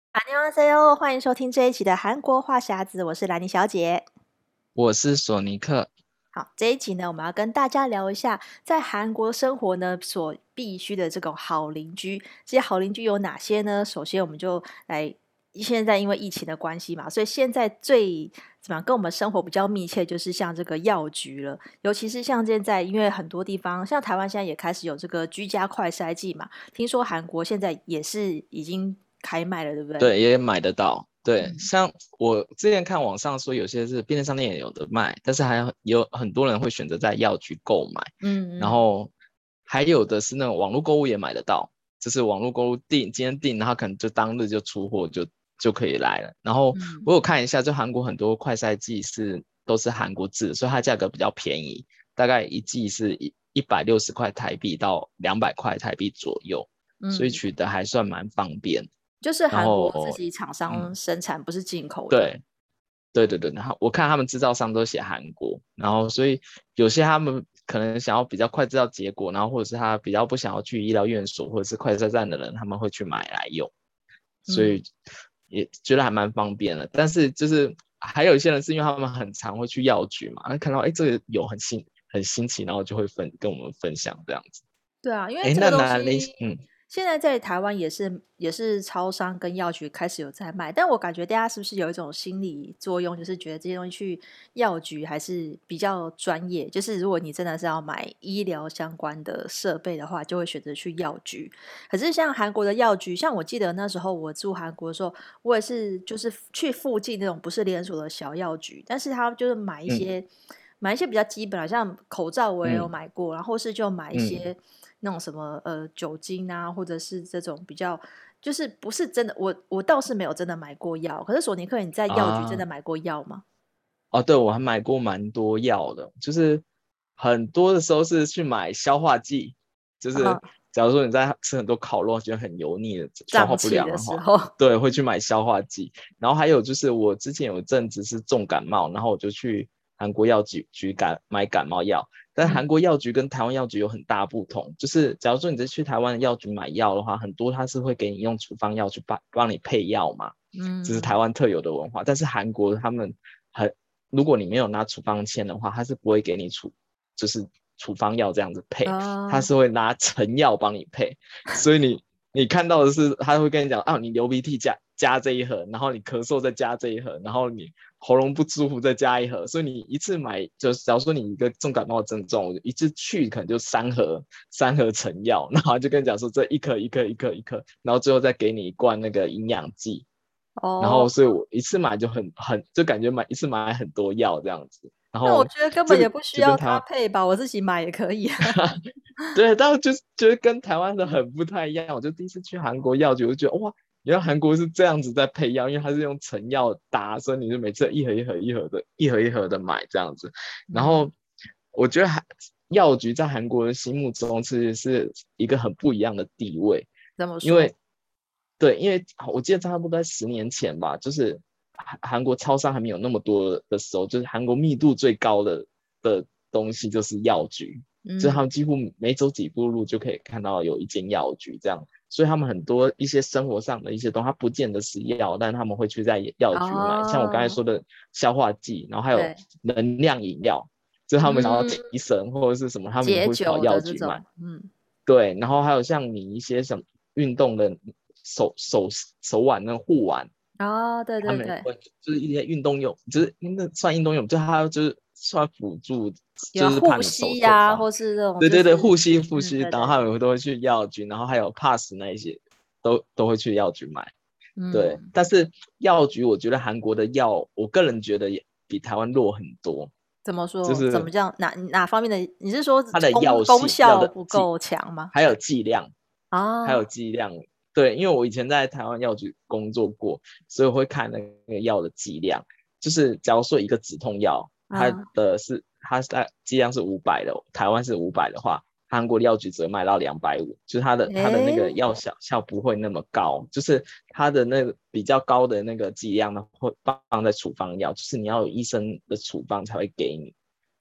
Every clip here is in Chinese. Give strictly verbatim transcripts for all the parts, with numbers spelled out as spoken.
안녕하세요，欢迎收听这一期的韩国话匣子，我是兰妮小姐。 我是索尼克。 好，这一集呢，我们要跟大家聊一下在韩国生活呢所必须的这种好邻居。这些好邻居有哪些呢？首先，我们就来，现在因为疫情的关系嘛，所以现在最怎么样跟我们生活比较密切，就是像这个药局了。尤其是像现在，因为很多地方，像台湾现在也开始有这个居家快筛剂嘛，听说韩国现在也是已经开卖了，对不对？ 对，也买得到。对， 嗯像我之前看网上说，有些是便利商店也有的卖，但是还有有很多人会选择在药局购买，然嗯嗯。 后还有的是那种网络购物也买得到，就是网络购物订，今天订，然后可能就当日就出货就就可以来了。然后嗯， 我有看一下，就韩国很多快筛剂是都是韩国制，所以它价格比较便宜，大概一剂是一一百六十块台币到两百块台币左右，所以嗯， 取得还算蛮方便。 就是然韩国自后， 己厂商嗯， 生产，不是进口的。 对对对对，然后我看他们制造商都写韩国，然后所以有些他们可能想要比较快知道结果，然后或者是他比较不想要去医疗院所或者是快车站的人，他们会去买来用，所嗯， 以也觉得还蛮方便的。但是就是还有一些人是因为他们很常会去药局嘛，看到哎这个有很新很新奇，然后就会分跟我们分享这样子。 对啊，因为哎， 这个东那哪里？ 西嗯， 现在在台湾也是也是超商跟药局开始有在卖，但我感觉大家是不是有一种心理作用，就是觉得这些东西去药局还是比较专业，就是如果你真的是要买医疗相关的设备的话，就会选择去药局。可是像韩国的药局，像我记得那时候我住韩国的时候，我也是就是去附近那种不是连锁的小药局，但是他就是买一嗯些买一些比较基本的，像口罩我也有嗯买过，然后是就买一嗯些那种什么呃酒精啊，或者是这种比较就是不是真的，我我倒是没有真的买过药。可是索尼克，你在药局真啊。 的买过药吗？ 哦，对，我还买过蛮多药的，就是很多的时候是去买消化剂，就是啊， 假如说你在吃很多烤肉，觉得很油腻的，消化不胀气良的话， 的时候， 对，会去买消化剂。然后还有就是我之前有一阵子是重感冒，然后我就去韩国药局局感买感冒药。但韩嗯国药局跟台湾药局有很大不同，就是假如说你是去台湾的药局买药的话，很多它是会给你用处方药去帮帮你配药嘛，这是台嗯， 湾特有的文化。但是韩国他们很如果你没有拿处方签的话，他是不会给你处，就是处方药这样子配，他啊， 是会拿成药帮你配。所以你你看到的是，他会跟你讲，啊，你流鼻涕加加这一盒，然后你咳嗽再加这一盒，然后你喉咙不舒服再加一盒。所以你一次买，就是假如说你一个重感冒症状，我就一次去可能就三盒三盒成药，然后就跟你讲说这一颗一颗一颗一颗，然后最后再给你一罐那个营养剂。然后哦， 所以我一次买就很很就感觉买一次买很多药这样子，然那我后觉得根本这个也不需要就跟台湾他配吧，我自己买也可以啊。 对，但是就是觉得跟台湾的很不太一样。我就第一次去韩国药局，我就觉得哇，原来韩国是这样子在配药，因为它是用成药搭，所以你就每次一盒一盒一盒的，一盒一盒的买这样子。然嗯， 后我觉得韩药局在韩国人心目中是是一个很不一样的地位， 怎么说？ 因为对，因为我记得差不多在十年前吧，就是韩韩国超商还没有那么多的时候，就是韩国密度最高的的东西就是药局，就是他嗯， 们几乎每走几步路就可以看到有一间药局这样，所以他们很多一些生活上的一些东西，它不见得是药，但他们会去在药局买，像我刚才哦， 说的消化剂，然后还有对， 能量饮料，就是他们想要嗯， 提神或者是什么，他们也会去跑解酒的药局买。 这种，嗯， 对，然后还有像你一些什么运动的手手手腕那个护腕， 哦，对对对， 他们会就是一些运动用，就是那算运动用，就是它就是算辅助，就是怕有护你手膝呀、 受伤。 或是这种就是对对对，护膝护嗯， 膝，然后对对对， 他们都会去药局，然后还有 pass 那一些都都会去药局买。对， 嗯， 但是药局我觉得韩国的药，我个人觉得也比台湾弱很多， 怎么说？怎就是么讲？哪哪方面的？你是说它的药功功性药效不的剂够强吗？ 还有剂量。还有啊， 剂量。对，因为我以前在台湾药局工作过，所以我会看那个药的剂量。就是假如说一个止痛药，它啊， 的是它是剂量是五百的，台湾是五百的话，韩国的药局只会卖到两百五，就是它的它的那个诶， 药效效不会那么高，就是它的那个比较高的那个剂量呢会放在处方药，就是你要有医生的处方才会给你。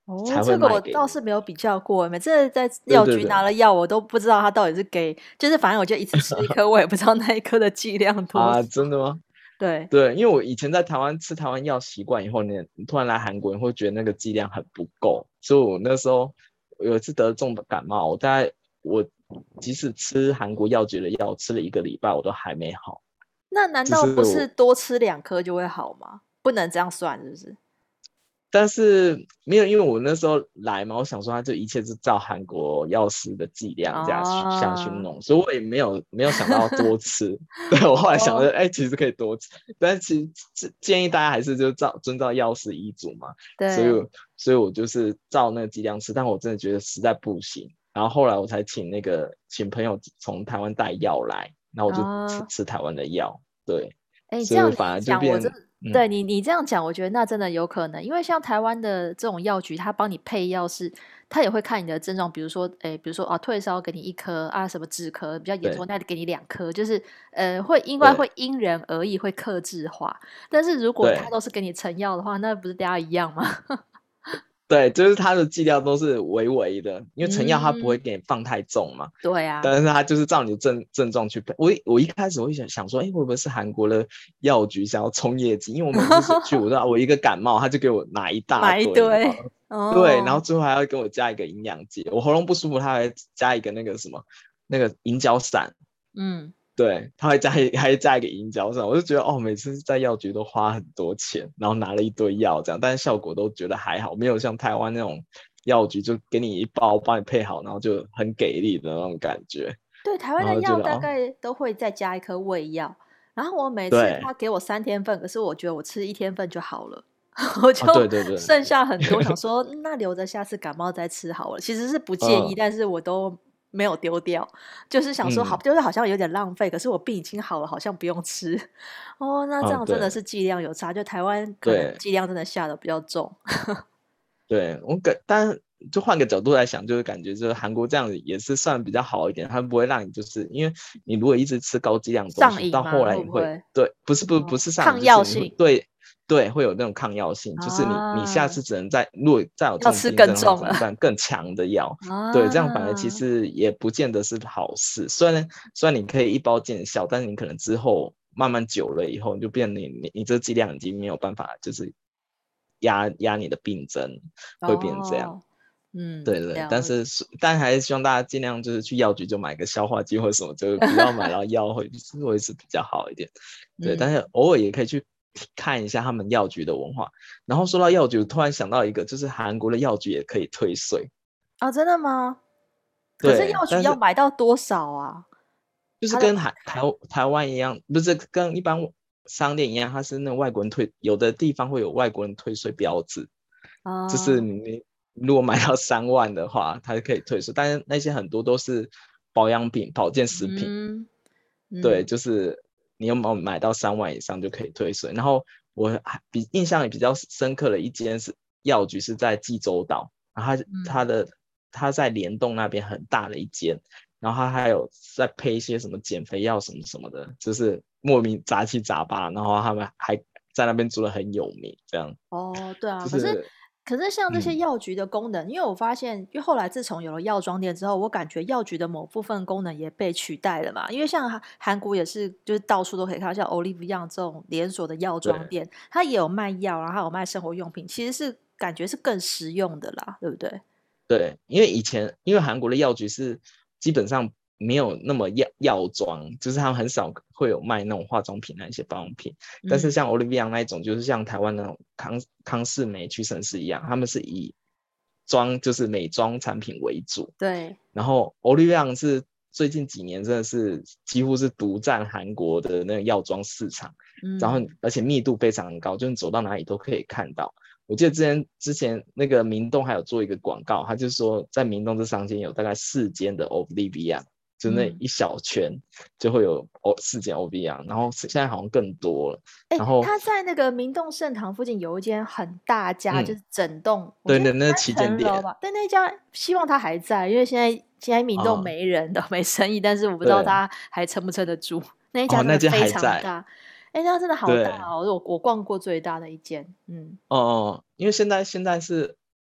哦， 才会这个我卖给你。 倒是没有比较过，每次在药局对对对， 拿了药，我都不知道它到底是给，就是反正我就一次吃一颗，我也不知道那一颗的剂量多啊， 少。 真的吗？ 对， 对，因为我以前在台湾吃台湾药习惯以后呢，你突然来韩国，你会觉得那个剂量很不够，所以我那时候有一次得重的感冒，我大概我即使吃韩国药局的药，吃了一个礼拜，我都还没好。 那难就道不是是我多吃两颗就会好吗？不能这样算，是不是？ 但是没有，因为我那时候来嘛，我想说他就一切是照韩国药师的剂量这样去下去啊， 弄，所以我也没有没有想到要多吃。对，我后来想着， 哦， 哎、其实可以多吃，但是其实建议大家还是就照遵照药师医嘱嘛。所以对， 所以我就是照那个剂量吃，但我真的觉得实在不行。然后后来我才请那个请朋友从台湾带药来，然后我就吃啊。 吃台湾的药。对， 哎，这样你所以反而就一讲，我真变嗯， 对你你这样讲，我觉得那真的有可能，因为像台湾的这种药局，他帮你配药是，他也会看你的症状，比如说，哎，比如说啊，退烧给你一颗啊，什么止咳比较严对重，那就给你两颗，就是呃，会应该对会因人而异，会克制化。但是如果他对。 都是给你成药的话，那不是大家一样吗？ 对，就是它的剂量都是微微的，因为成药它不会嗯， 给你放太重嘛， 对啊， 但是它就是照你的症症状去配。我一我一开始我会想想说，哎，会不会是韩国的药局想要冲业绩？因为我每次是去，我知道我一个感冒，他就给我拿一大买一堆，你知道堆， 吗？对，然后哦， 最后还要给我加一个营养剂，我喉咙不舒服，他还加一个那个什么那个银角散， 嗯。 对，他会加一还加一个银胶上，我就觉得哦，每次在药局都花很多钱，然后拿了一堆药这样，但是效果都觉得还好，没有像台湾那种药局就给你一包帮你配好，然后就很给力的那种感觉， 对，台湾然后就觉的药大得哦， 概都会再加一颗胃药，然后我每次对， 他给我三天份，可是我觉得我吃一天份就好了，我就哦，对对对， 剩下很多，想说嗯那留着下次感冒再吃好了。其实是不介意， 嗯但是我都没有丢掉，就是想说好， 嗯就是好像有点浪费，可是我病已经好了，好像不用吃。哦，那这嗯， 样真的对是剂量有差，就台湾可能对剂量真的下的比较重。 对，我感，但就换个角度来想，就是感觉就是韩国这样子也是算比较好一点，它不会让你就是因为你如果一直吃高剂量的东西，到后上瘾吗？ 来你会会不会？ 对，不是不是不哦， 是上瘾， 抗就是你会药性对对会有那种抗药性，就是你你下啊， 次只能在如果再有这要吃种病症的话， 更重了。 只能再更强的药，对，这样反而其啊， 实也不见得是好事。虽然虽然你可以一包见效，但是你可能之后慢慢久了以后，你就变你你你这剂量已经没有办法就是压压你的病症，会变这样。 哦，嗯， 对对，但了是但还是希望大家尽量就是去药局就买个消化剂或什么，就是不要买到药会会是比较好一点。对，但是嗯， 偶尔也可以去看一下他们药局的文化。然后说到药局，突然想到一个，就是韩国的药局也可以退税。 啊，真的吗？可是对， 药局要但是买到多少啊？ 就是它的跟台台台湾一样，不是跟一般商店一样，它是那种外国人退，有的地方会有外国人退税标志，就是啊， 你如果买到三万的话，它就可以退税，但是那些很多都是保养品、保健食品， 嗯对， 嗯就是你有没有买到三万以上就可以退税。然后我还比印象也比较深刻的一间是药局是在济州岛，然后它它嗯， 的它在联动那边很大的一间，然后它还有在配一些什么减肥药什么什么的，就是莫名杂七杂八，然后他们还在那边做的很有名，这样哦，对啊，可是就是可是像这些嗯， 药局的功能，因为我发现，因为后来自从有了药妆店之后，我感觉药局的某部分功能也被取代了嘛。因为像韩韩国也是，就是到处都可以看到，像 Olive Young 这种连锁的药妆对。 店，它也有卖药，然后还有卖生活用品，其实是感觉是更实用的啦，对不对？ 对，因为以前因为韩国的药局是基本上没有那么药药妆，就是他们很少会有卖那种化妆品那一些保养品。但是嗯， 像 Olivia 那一种，就是像台湾那种康康士美、屈臣氏一样，他们是以妆就是美妆产品为主。 对， 然后 Olivia 是最近几年真的是几乎是独占韩国的那个药妆市场，然后嗯而且密度非常高，就是你走到哪里都可以看到。我记得之前之前那个明洞还有做一个广告，他就说在明洞这商间有大概四间的 Olivia，就那嗯。 一小圈就会有哦四间 Olivia，然后现在好像更多了。 哎， 然后他在那个明洞圣堂附近有一间很大家，就嗯， 是整栋，我对， 记得三那那旗舰店， 层楼吧。但那家希望他还在，因为现在现在明洞啊、 没人的，没生意，但是我不知道对， 他还撑不撑得住。那一家哦，那间真的非还在， 常大，哎，那真的好大对， 哦！我我逛过最大的一间，嗯哦哦，因为现在现在是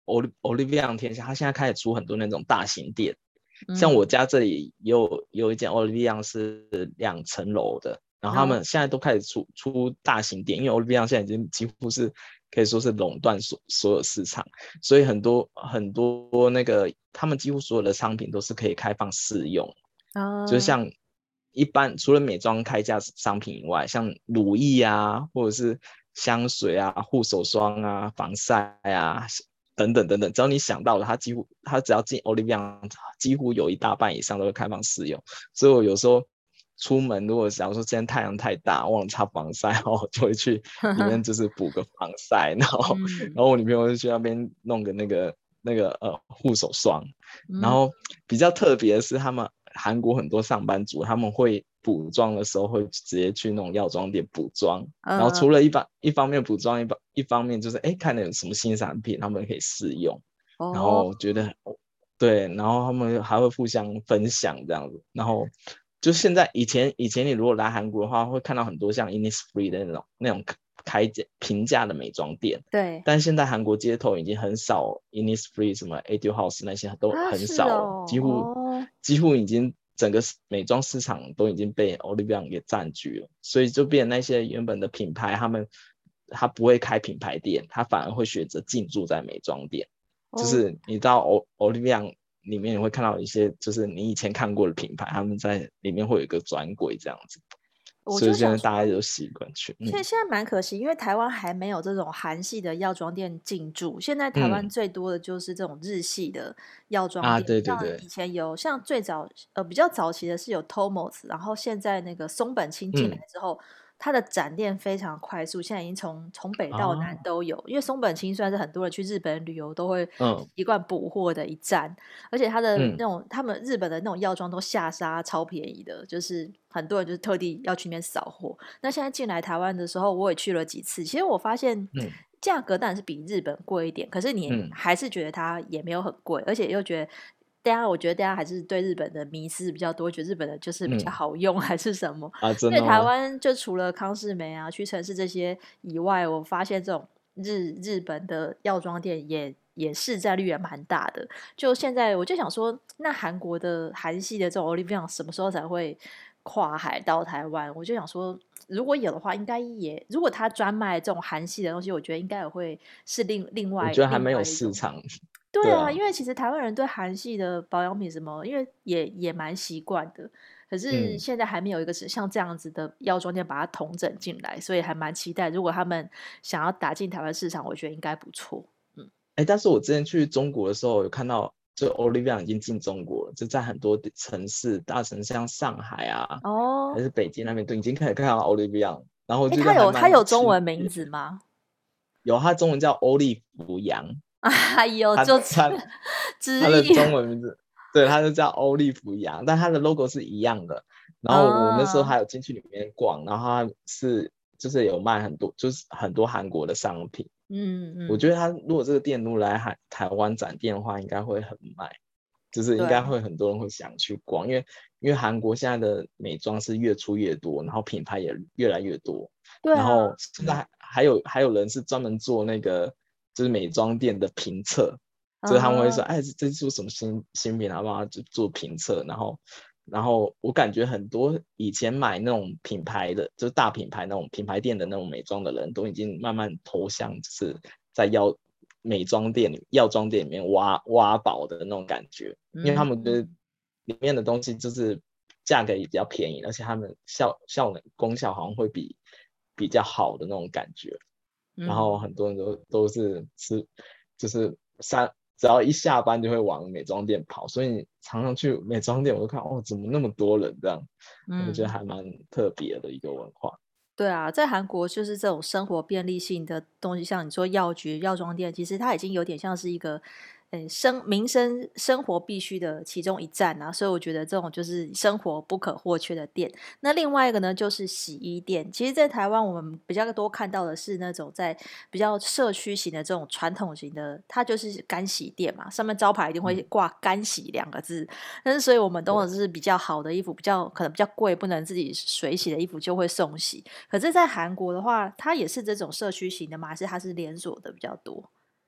Olivia 天下，它现在开始出很多那种大型店，像我嗯， 家这里有有一间 Olivia 是两层楼的，然后他然后们现在都开始出出大型店，因为 Olivia 现在已经几乎是可以说是垄断所所有市场，所以很多很多那个他们几乎所有的商品都是可以开放试用，就是啊， 像一般除了美妆开价商品以外，像乳液啊，或者是香水啊、护手霜啊、防晒啊等等等等，只要你想到了，它几乎它只要进 Olivia，几乎有一大半以上都会开放试用。所以我有时候出门，如果假如说今天太阳太大，忘了擦防晒，然后我就会去里面就是补个防晒，然后嗯然后我女朋友就去那边弄个那个那个呃护手霜，然嗯后比较特别的是，他们韩国很多上班族他们会补妆的时候会直接去那种药妆店补妆，然后除嗯， 了一方一方面补妆，一方一方面就是哎看有什么新产品他们可以试用，然哦， 后觉得对，然后他们还会互相分享这样子，然后就现在以前以前你如果来韩国的话，会看到很多像 Innisfree 的那种那种开价平价的美妆店， 对但现在韩国街头已经很少 Innisfree 什么 Etude House 那些都啊， 很是少了， 哦， 几乎哦， 几乎已经整个美妆市场都已经被 Olivia 给占据了，所以就变那些原本的品牌，他们他不会开品牌店，他反而会选择进驻在美妆店。就哦， 是你到 Olivia 里面，你会看到一些就是你以前看过的品牌，他们在里面会有一个专柜这样子， 我所以现在就想说， 大家都习惯去，嗯现在现在蛮可惜，因为台湾还没有这种韩系的药妆店进驻。现在台湾嗯最多的就是这种日系的药妆啊， 店， 对对对， 像以前有，像最早呃比较早期的是有 Tomos，然后现在那个松本清进来嗯之后，它的展店非常快速，现在已经从从北到南啊， 都有。因为松本清算是很多人去日本旅游都会嗯习惯补货的一站，而且它的嗯那种他们日本的那种药妆都下杀超便宜的，就是很多人就是特地要去那边扫货。那现在进来台湾的时候，我也去了几次。其实我发现嗯价格当然是比日本贵一点，可是你嗯还是觉得它也没有很贵，而且又觉得大家，我觉得大家还是对日本的迷思比较多，觉得日本的就是比较嗯好用还是什么。 啊，真所以台的吗？ 湾就除了康士美啊、屈臣氏这些以外，我发现这种日日本的药妆店也也市占率也蛮大的。就现在我就想说，那韩国的韩系的这种 Olivia 什么时候才会跨海到台湾？我就想说，如果有的话，应该也如果他专卖这种韩系的东西，我觉得应该也会是另另我外另觉得还没有外一种。 市场， 对啊， 对啊， 因为其实台湾人对韩系的保养品什么，因为也也蛮习惯的，可是嗯。 现在还没有一个是像这样子的药妆店把它统整进来，所以还蛮期待。如果他们想要打进台湾市场，我觉得应该不错。嗯， 哎，但是我之前去中国的时候，有看到就 Olivia 已经进中国了，就在很多城市、大城市，像上海啊，还哦， 是北京那边，都已经可以看到 Olivia，然后我诶， 觉它得还蛮有它有中奇文名别， 字吗？ 有它中文叫欧丽福洋， 哎呦， 它就它它的直译， 中文名字，对，它就叫欧丽福洋，但它的 logo 是一样的。然后我那时候啊， 还有进去里面逛，然后它是就是有卖很多，就是很多韩国的商品。 嗯嗯， 我觉得他如果这个店如果来海台湾展店的话，应该会很卖，就是应对啊， 该会很多人会想去逛，因为因为韩国现在的美妆是越出越多，然后品牌也越来越多，然对啊， 后现在还还有还有人是专门做那个就是美妆店的评测，就是他们会说， 啊， 哎，这这是出什么新新品，好不好？就做评测，然后然后我感觉很多以前买那种品牌的，就是大品牌那种品牌店的那种美妆的人，都已经慢慢投向就是在药美妆店里、药妆店里面挖挖宝的那种感觉，因为他嗯们觉得里面的东西就是价格也比较便宜，而且他们效效能功效好像会比比较好的那种感觉。然后嗯。 很多人都都是吃，就是三只要一下班就会往美妆店跑，所以你常常去美妆店，我就看哦，怎么那么多人这样，我觉得嗯， 还蛮特别的一个文化。 对啊，在韩国就是这种生活便利性的东西，像你说药局、药妆店，其实它已经有点像是一个，呃，生民生生活必须的其中一站啊。所以我觉得这种就是生活不可或缺的店。那另外一个呢，就是洗衣店。其实，在台湾我们比较多看到的是那种在比较社区型的这种传统型的，它就是干洗店嘛，上面招牌一定会嗯， 挂“干洗”两个字。但是，所以我们懂的对， 是比较好的衣服，比较可能比较贵，不能自己水洗的衣服就会送洗。可是，在韩国的话，它也是这种社区型的吗？还是它是连锁的比较多？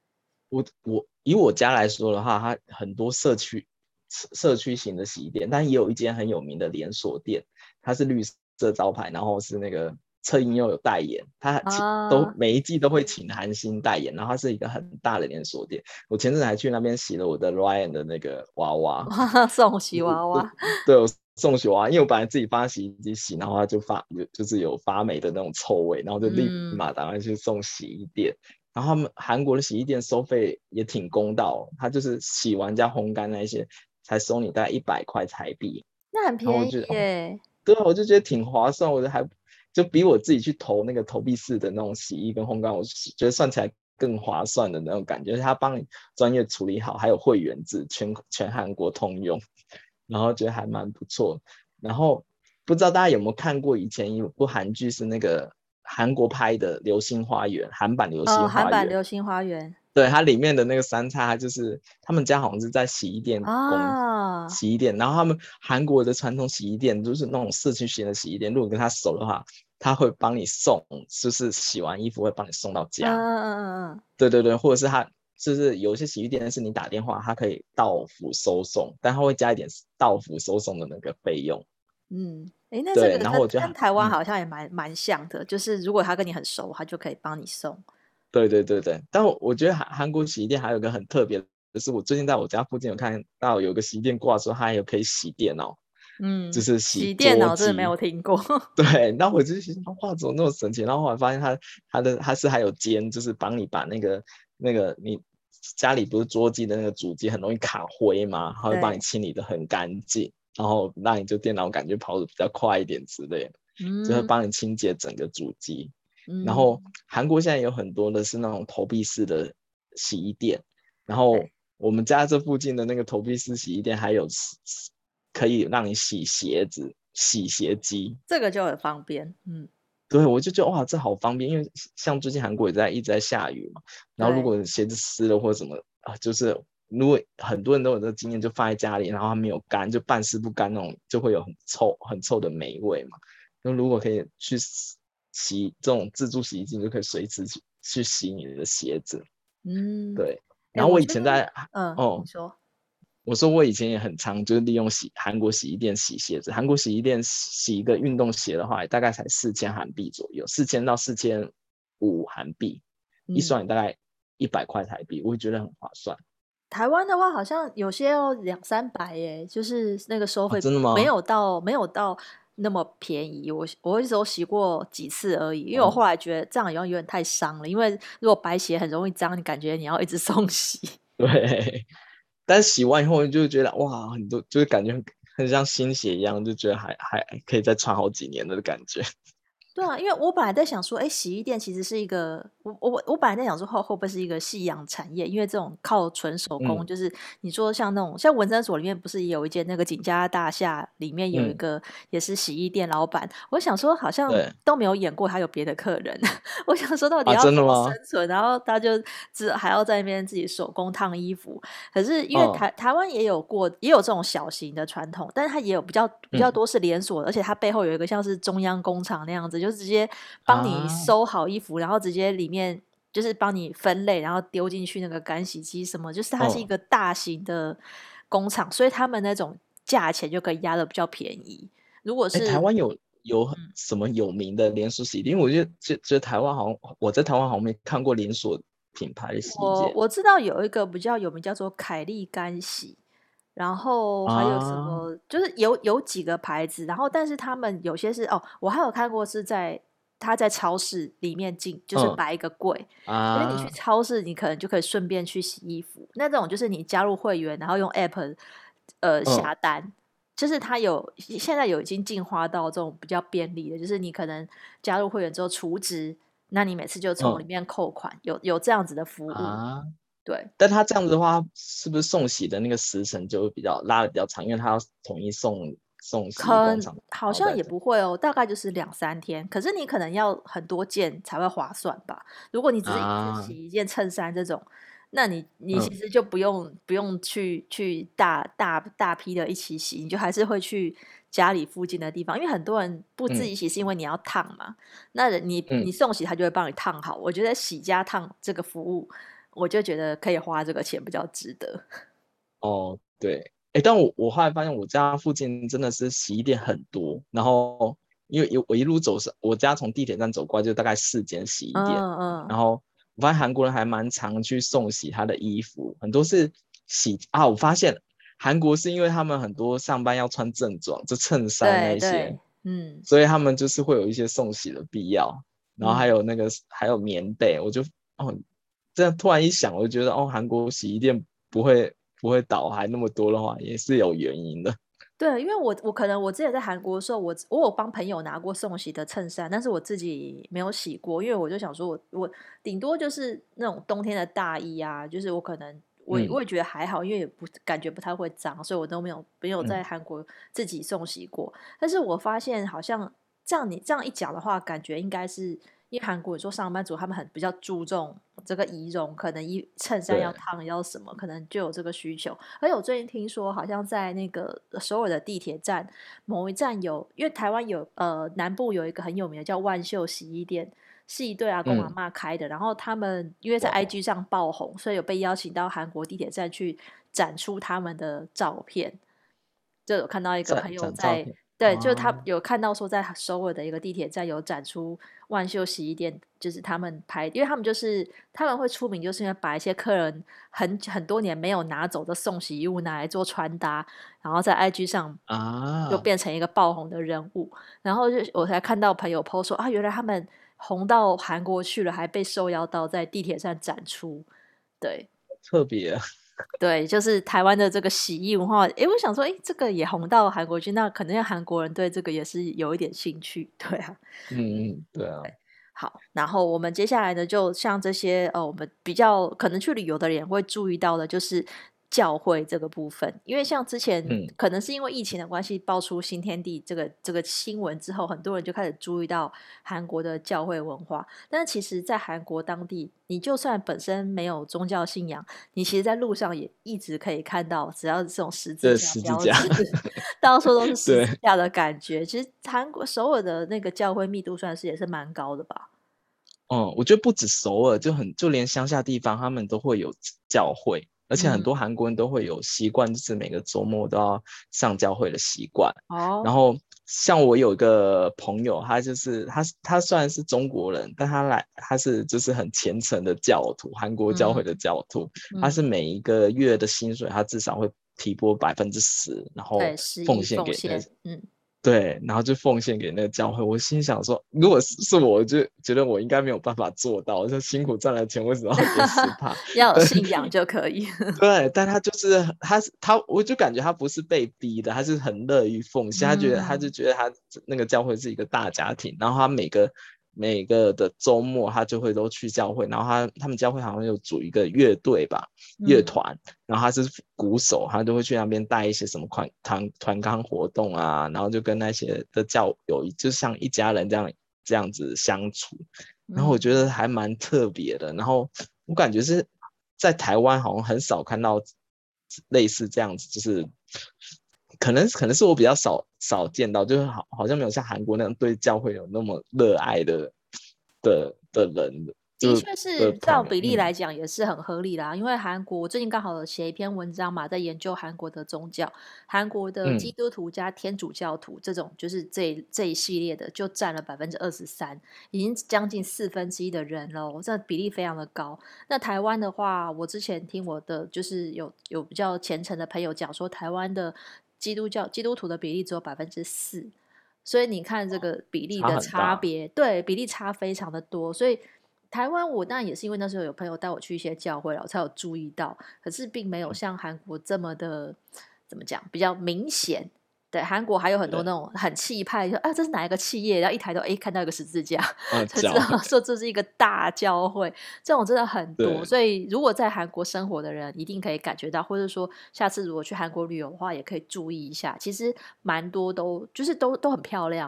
我我以我家来说的话，它很多社区社区型的洗衣店，但也有一间很有名的连锁店，它是绿色招牌，然后是那个车银优有代言，他请都啊， 每一季都会请韩星代言，然后它是一个很大的连锁店。我前阵子还去那边洗了我的 Ryan 的那个娃娃， 哇，送洗就是对娃娃， 对我送洗娃娃，因为我本来自己放在洗衣机洗，然后它就发有就是有发霉的那种臭味，然后就立嗯， 马打算去送洗衣店。然后他们韩国的洗衣店收费也挺公道，他就是洗完加烘干那一些才收你大概一百块台币。 那很便宜然后我就哦， 耶。 对啊，我就觉得挺划算，我就还就比我自己去投那个投币式的那种洗衣跟烘干，我觉得算起来更划算的那种感觉。他帮你专业处理好，还有会员制，全全韩国通用，然后觉得还蛮不错。然后不知道大家有没有看过以前一部韩剧是那个韩国拍的《流星花园》，韩版《流嗯， 星花园》。 韩版《流星花园》 对，它里面的那个三叉，它就是他们家好像是在洗衣店工啊， 洗衣店，然后他们韩国的传统洗衣店就是那种社区型的洗衣店，如果跟他熟的话，他会帮你送，就是洗完衣服会帮你送到嗯家。 嗯嗯嗯对对对，或者是他就是有一些洗衣店是你打电话，他可以到府收送，但他会加一点到府收送的那个费用。 嗯，诶，那这对， 个然后我觉得跟跟台湾嗯， 好像也蛮蛮像的，就是如果他跟你很熟，他就可以帮你送。 对对对对，但我我觉得韩韩国洗衣店还有一个很特别的，就是我最近在我家附近有看到有个洗衣店挂说它还有可以洗电脑，就嗯， 是洗洗电脑真的没桌机。 有听过。 对，然后我就心想，哇，怎么那么神奇？然后后来发现它它的它是还有煎，就是帮你把那个那个你家里不是桌机的那个主机很容易卡灰嘛，它会帮你对， 清理的很干净，然后让你就电脑感觉跑的比较快一点之类的，就会嗯帮你清洁整个主机。然后嗯， 韩国现在有很多的是那种投币式的洗衣店，然后对， 我们家这附近的那个投币式洗衣店还有可以让你洗鞋子、洗鞋机。 这个就很方便。嗯， 对，我就觉得哇，这好方便，因为像最近韩国也在一直在下雨嘛，然后如对， 果鞋子湿了或者什么啊，就是如果很多人都有这个经验，就放在家里，然后它没有干，就半湿不干那种，就会有很臭很臭的霉味嘛。那如果可以去洗洗这种自助洗衣机，你就可以随时去去洗你的鞋子。 嗯， 对， 诶， 然后我以我觉得， 前在嗯，你哦， 说。 我说我以前也很常就是利用洗韩国洗衣店洗鞋子，韩国洗衣店洗一个运动鞋的话，大概才四千韩币左右，四千到四千五韩币，一嗯， 双也大概一百块台币，我会觉得很划算台湾的话好像有些要两三百耶，就是那个收啊， 费真的吗？ 没有到没有到那么便宜。我我只有洗过几次而已，因为我哦， 后来觉得这样好像有点太伤了，因为如果白鞋很容易脏，你感觉你要一直送洗。 对，但是洗完以后就觉得哇，很多就是感觉很很像新鞋一样，就觉得还还可以再穿好几年的感觉。 对啊，因为我本来在想说，哎，洗衣店其实是一个，我我我本来在想说会会不会是一个夕阳产业，因为这种靠纯手工， 嗯就是你说像那种像文森所里面不是也有一间那个景家大厦里面有一嗯， 个也是洗衣店老板，我想说好像对都没有演过他有别的客人，我想说到底啊， 要怎么生真的吗？ 存，然后他就只还要在那边自己手工烫衣服，可是因为嗯台台湾也有过也有这种小型的传统，但是它也有比较比较嗯多是连锁的，而且它背后有一个像是中央工厂那样子，就直接帮你啊， 收好衣服，然后直接里面就是帮你分类，然后丢进去那个干洗机什么，就是它是一嗯。 个大型的工厂，所以他们那种价钱就可以压的比较便宜。如果哎，台是湾有有很嗯， 什么有名的连锁洗衣店？因为我觉得觉觉得台湾好像我在台湾好像没看过连锁品牌的洗衣店我我知道有一个比较有名叫做凯利干洗，然后还有什啊。 么，就是有有几个牌子，然后但是他们有些是哦，我还有看过是在他在超市里面进，就是嗯摆一个柜，所以你去啊超市，你可能就可以顺便去洗衣服。那这种就是你加入会员，然后用 app 呃嗯下单，就是它有现在有已经进化到这种比较便利的，就是你可能加入会员之后储值，那你每次就从里嗯面扣款，有有这样子的服务， 啊， 对。 但他这样子的话，是不是送洗的那个时程就会比较拉的比较长？因为他要统一送送洗衣可工厂， 好像也然后再走不会哦，大概就是两三天。可是你可能要很多件才会划算吧？如果你只是一次啊， 洗一件衬衫这种，那你你其嗯实就不用不用去去大大大批的一起洗，你就还是会去家里附近的地方，因为很多人不自嗯己洗是因为你要烫嘛。那你你嗯送洗他就会帮你烫好。我觉得洗加烫这个服务， 我就觉得可以花这个钱比较值得。 哦，对，哎，但我我后来发现我家附近真的是洗衣店很多，然后因为有我一路走上，我家从地铁站走过来就大概四间洗衣店， 嗯嗯， 然后我发现韩国人还蛮常去送洗他的衣服，很多是洗啊，我发现韩国是因为他们很多上班要穿正装，就衬衫那一些， 对对，嗯所以他们就是会有一些送洗的必要，然后还嗯。 有那个还有棉被，我就哦这样突然一想，我就觉得哦，韩国洗衣店不会不会倒，还那么多的话，也是有原因的。 对，因为我我可能我之前在韩国的时候，我我有帮朋友拿过送洗的衬衫，但是我自己没有洗过，因为我就想说我我顶多就是那种冬天的大衣啊，就是我可能我嗯我也觉得还好，因为也不感觉不太会脏，所以我都没有没有嗯， 在韩国自己送洗过。但是我发现好像这样你这样一讲的话，感觉应该是因为韩国你说上班族他们很比较注重这个仪容，可能衣衬衫要对， 烫要什么，可能就有这个需求。而且我最近听说，好像在那个首尔的地铁站某一站有，因为台湾有呃南部有一个很有名的叫万秀洗衣店，是一对阿公阿嗯， 嬷开的。然后他们因为在哇， I G 上爆红，所以有被邀请到韩国地铁站去展出他们的照片。就有看到一个展朋友在， 展照片对，就是他啊， 有看到说在首尔的一个地铁站有展出万秀洗衣店，就是他们拍，因为他们就是他们会出名，就是因为把一些客人很很多年没有拿走的送洗衣物拿来做穿搭，然后在 I G 上就啊， 变成一个爆红的人物。然后就我才看到朋友 po 说啊，原来他们红到韩国去了，还被受邀到在地铁站展出。对， 特别， 对，就是台湾的这个洗衣文化，诶，我想说，诶，这个也红到韩国去，那可能韩国人对这个也是有一点兴趣，对啊。 嗯嗯，对啊， 好，然后我们接下来呢，就像这些呃，我们比较可能去旅游的人也会注意到的，就是教会这个部分。因为像之前嗯， 可能是因为疫情的关系，爆出新天地这个这个新闻之后，很多人就开始注意到韩国的教会文化。但是其实，在韩国当地，你就算本身没有宗教信仰，你其实在路上也一直可以看到，只要是这种十字这架十字架， 标志，到处都是十字对， 架的感觉。其实韩国首尔的那个教会密度算是也是蛮高的吧。 嗯，我觉得不止首尔，就很就连乡下地方，他们都会有教会，而且很多嗯， 韩国人都会有习惯，就是每个周末都要上教会的习惯。然哦， 后像我有一个朋友，他就是他他虽然是中国人，但他来他是就是很虔诚的教徒，韩国教会的嗯教徒，他是嗯， 每一个月的薪水，他至少会提拨百分之十，然后对，十奉一献给那奉献，嗯对，然后就奉献给那个教会。我心想说，如果是是我，我就觉得我应该没有办法做到。就辛苦赚来钱，为什么要给十趴？ 要有对信仰就可以。 对，但他就是他是他，我就感觉他不是被逼的，他是很乐于奉献。他觉得他就嗯觉得他那个教会是一个大家庭，然后他每个每个的周末他就会都去教会，然后他他们教会好像有组一个乐队吧，乐嗯团，然后他是鼓手，他就会去那边带一些什么团团团康活动啊，然后就跟那些的教友就像一家人这样这样子相处，然后我觉嗯， 得还蛮特别的，然后我感觉是在台湾好像很少看到类似这样子，就是可能可能是我比较少少见到，就是好好像没有像韩国那样对教会有那么热爱的的的人， 的就确是的朋友， 照比例嗯来讲也是很合理啦。因为韩国我最近刚好有写一篇文章嘛，在研究韩国的宗教，韩国的基嗯， 督徒加天主教徒这种，就是这这一系列的，就占了百分之二十三，已经将近四分之一的人喽，这比例非常的高。那台湾的话，我之前听我的就是有有比较虔诚的朋友讲说，台湾的基督教基督徒的比例只有百分之四，所以你看这个比例差的很大， 差别，对，比例差非常的多。所以台湾我当然也是因为那时候有朋友带我去一些教会了，我才有注意到，可是并没有像韩国这么的怎么讲，比较明显。对，韩国还有很多对， 那种很气派，说啊这是哪一个企业，然后一抬头哎看到一个十字架， 嗯， 才知道教会， 说这是一个大教会，这种真的很多。 对， 所以如果在韩国生活的人，一定可以感觉到，或者说下次如果去韩国旅游的话，也可以注意一下，其实蛮多都就是都都很漂亮哦。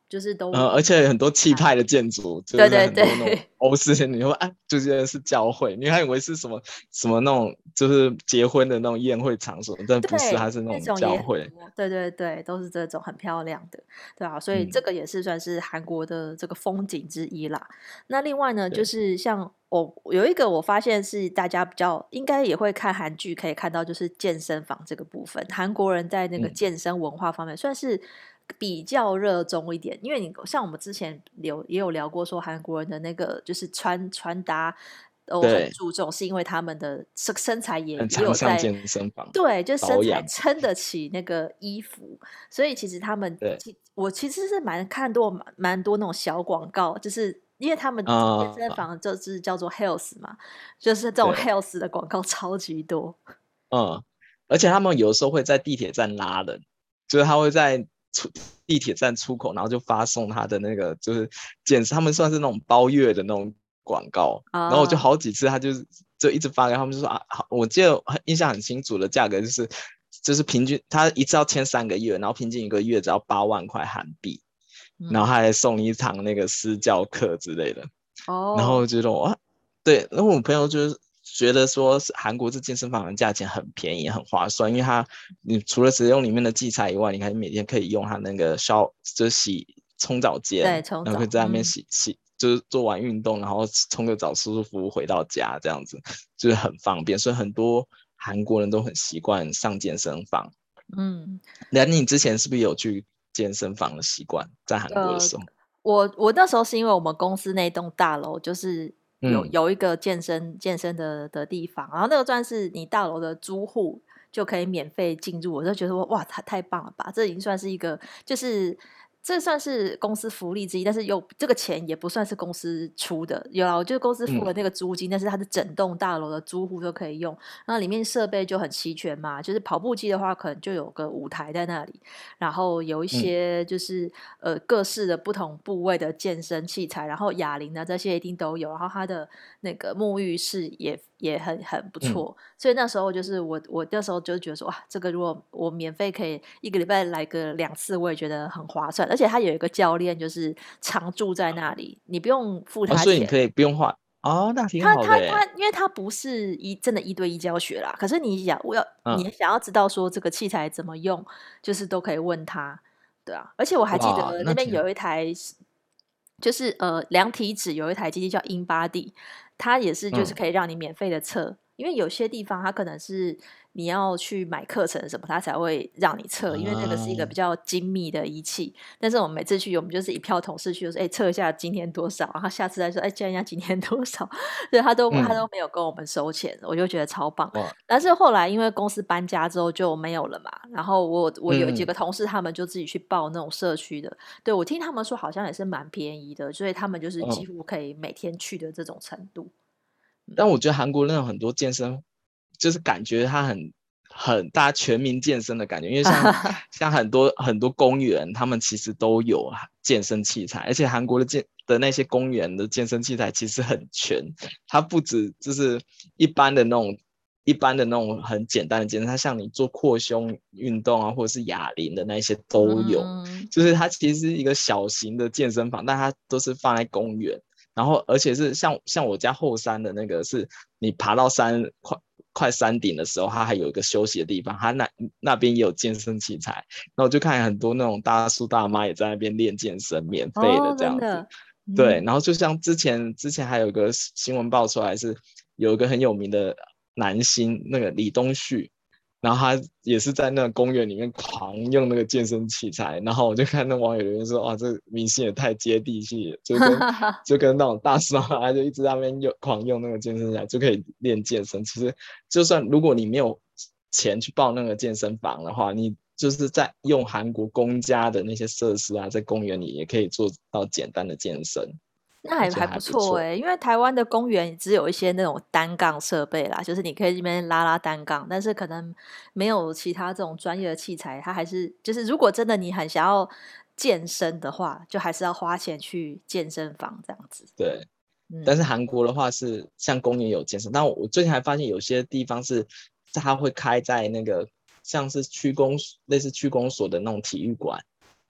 就是都呃，而且很多气派的建筑，就对对是很多那种对欧式，你说啊，就觉得是教会，你还以为是什么什么那种，就是结婚的那种宴会场所，但不是，它对， 是那种那种也很教会。 多，对对对，都是这种很漂亮的，对啊，所以这嗯， 个也是算是韩国的这个风景之一啦。那另外呢，就对， 是像我有一个我发现是大家比较应该也会看韩剧，可以看到就是健身房这个部分，韩国人在那个嗯， 健身文化方面算是比较热衷一点，因为你像我们之前有也有聊过说韩国人的那个就是穿穿搭都很对， 注重，是因为他们的身身材也很也有在。 常上健身房对，就身材保养。 撑得起那个衣服，所以其实他们对， 其我其实是蛮看多蛮蛮多那种小广告，就是因为他们健身啊、 房就是叫做 health 嘛，就是这种对， health 的广告超级多。 嗯，而且他们有时候会在地铁站拉人，就是他会在出地铁站出口，然后就发送他的那个就是健身，他们算是那种包月的那种广告，然后我就啊， 好几次他就是就一直发给他们，就说啊，好，我记得很印象很清楚的价格就是就是平均他一次要签三个月，然后平均一个月只要八万块韩币，然后嗯， 他还送你一堂那个私教课之类的。然后哦， 我觉得哇，对，然后我朋友就是觉得说是韩国这健身房的价钱很便宜，很划算，因为它你除了使用里面的器材以外，你还每天可以用它那个烧，就是洗冲澡间， 对，冲澡， 然后可以在那边嗯。 洗洗，就是做完运动，然后冲个澡，舒舒服服回到家，这样子就是很方便，所以很多韩国人都很习惯上健身房。 嗯， 那你之前是不是有去健身房的习惯，在韩国的呃， 时候？ 我我那时候是因为我们公司那栋大楼就是有嗯有一个健身健身的的地方，然后那个算是你大楼的租户就可以免费进入，我就觉得说哇，太太棒了吧！这已经算是一个就是这算是公司福利之一，但是又这个钱也不算是公司出的，有啊，我就公司付了嗯那个租金，但是它的整栋大楼的租户都可以用，那里面设备就很齐全嘛，就是跑步机的话，可能就有个舞台在那里，然后有一嗯些就是呃各式的不同部位的健身器材，然后哑铃啊这些一定都有，然后它的那个沐浴室也也很很不嗯。 错，所以那时候就是我我那时候就觉得说哇，这个如果我免费可以一个礼拜来个两次，我也觉得很划算，而且他有一个教练就是常住在那里，你不用付哦， 他钱。 所以你可以不用画哦，那挺他好的诶。 他他，因为他不是一真的一对一教学啦，可是你想我要你嗯， 想要知道说这个器材怎么用，就是都可以问他，对啊。而且我还记哇， 得那边那挺好。 有一台是就是呃量体脂有一台机器叫 InBody，它也是就是嗯可以让你免费的测，因为有些地方它可能是你要去买课程什么，它才会让你测，因为那个是一个比啊， 较精密的仪器。但是我们每次去，我们就是一票同事去，就说哎测一下今天多少，然后下次再说哎见一下今天多少，所以他都他都嗯， 没有跟我们收钱，我就觉得超棒。 哇， 但是后来因为公司搬家之后就没有了嘛，然后我我有几嗯个同事他们就自己去报那种社区的，对我听他们说好像也是蛮便宜的，所以他们就是几嗯， 乎可以每天去的这种程度。 但我觉得韩国那种很多健身，就是感觉它很很大家全民健身的感觉，因为像像很多很多公园，他们其实都有健身器材，而且韩国的健的那些公园的健身器材其实很全，它不止就是一般的那种一般的那种很简单的健身，它像你做扩胸运动啊，或者是哑铃的那些都有， 嗯， 就是它其实是一个小型的健身房，但它都是放在公园。然后而且是像像我家后山的那个，是你爬到山快快山顶的时候，它还有一个休息的地方，它那那边也有健身器材，然后我就看很多那种大叔大妈也在那边练健身，免费的哦， 这样子。 真的， 对， 嗯， 然后就像之前之前还有个新闻爆出来是有一个很有名的男星，那个李东旭，然后他也是在那个公园里面狂用那个健身器材，然后我就看那网友留言说，哇，这明星也太接地气了，就跟就跟那种大叔啊，就一直在那边用狂用那个健身器材就可以练健身。其实就算如果你没有钱去报那个健身房的话，你就是在用韩国公家的那些设施啊，在公园里也可以做到简单的健身，我觉得那还还不还不错。 错诶，因为台湾的公园只有一些那种单杠设备啦，就是你可以这边拉拉单杠，但是可能没有其他这种专业的器材。它还是就是如果真的你很想要健身的话，就还是要花钱去健身房这样子。 对，但是嗯， 韩国的话是像公园有健身，但我我最近还发现有些地方是它会开在那个像是区公类似区公所的那种体育馆，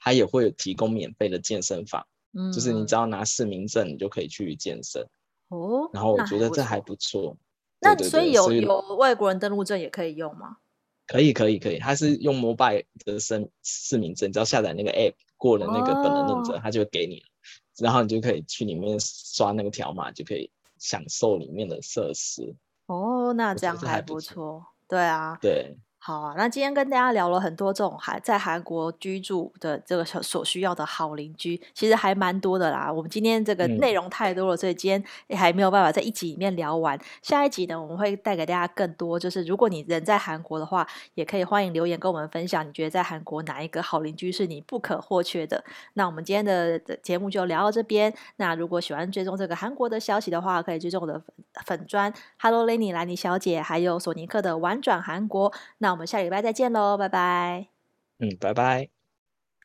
它也会有提供免费的健身房，就是你嗯嗯， 只要拿市民证，你就可以去健身。 哦， 然后我那觉得这还还不错。 不错。对那对对， 所以有所以有外国人登录证也可以用吗？ 可以可以可以，它是用 mobile 的身市民证，只要下载那个 app 过了那个本人认证， 哦它就会给你了，然后你就可以去里面刷那个条码，就可以享受里面的设施。 哦，那我觉得这还这样还不错。 不错。对啊， 对， 好啊，那今天跟大家聊了很多这种韩在韩国居住的这个所所需要的好邻居，其实还蛮多的啦。我们今天这个内嗯， 容太多了，所以今天也还没有办法在一集里面聊完。下一集呢，我们会带给大家更多，就是如果你人在韩国的话，也可以欢迎留言跟我们分享，你觉得在韩国哪一个好邻居是你不可或缺的。那我们今天的的节目就聊到这边。那如果喜欢追踪这个韩国的消息的话，可以追踪我的粉粉砖 Hello Lenny 兰妮小姐，还有索尼克的玩转韩国。那我们下礼拜再见喽，拜拜。 嗯，拜拜。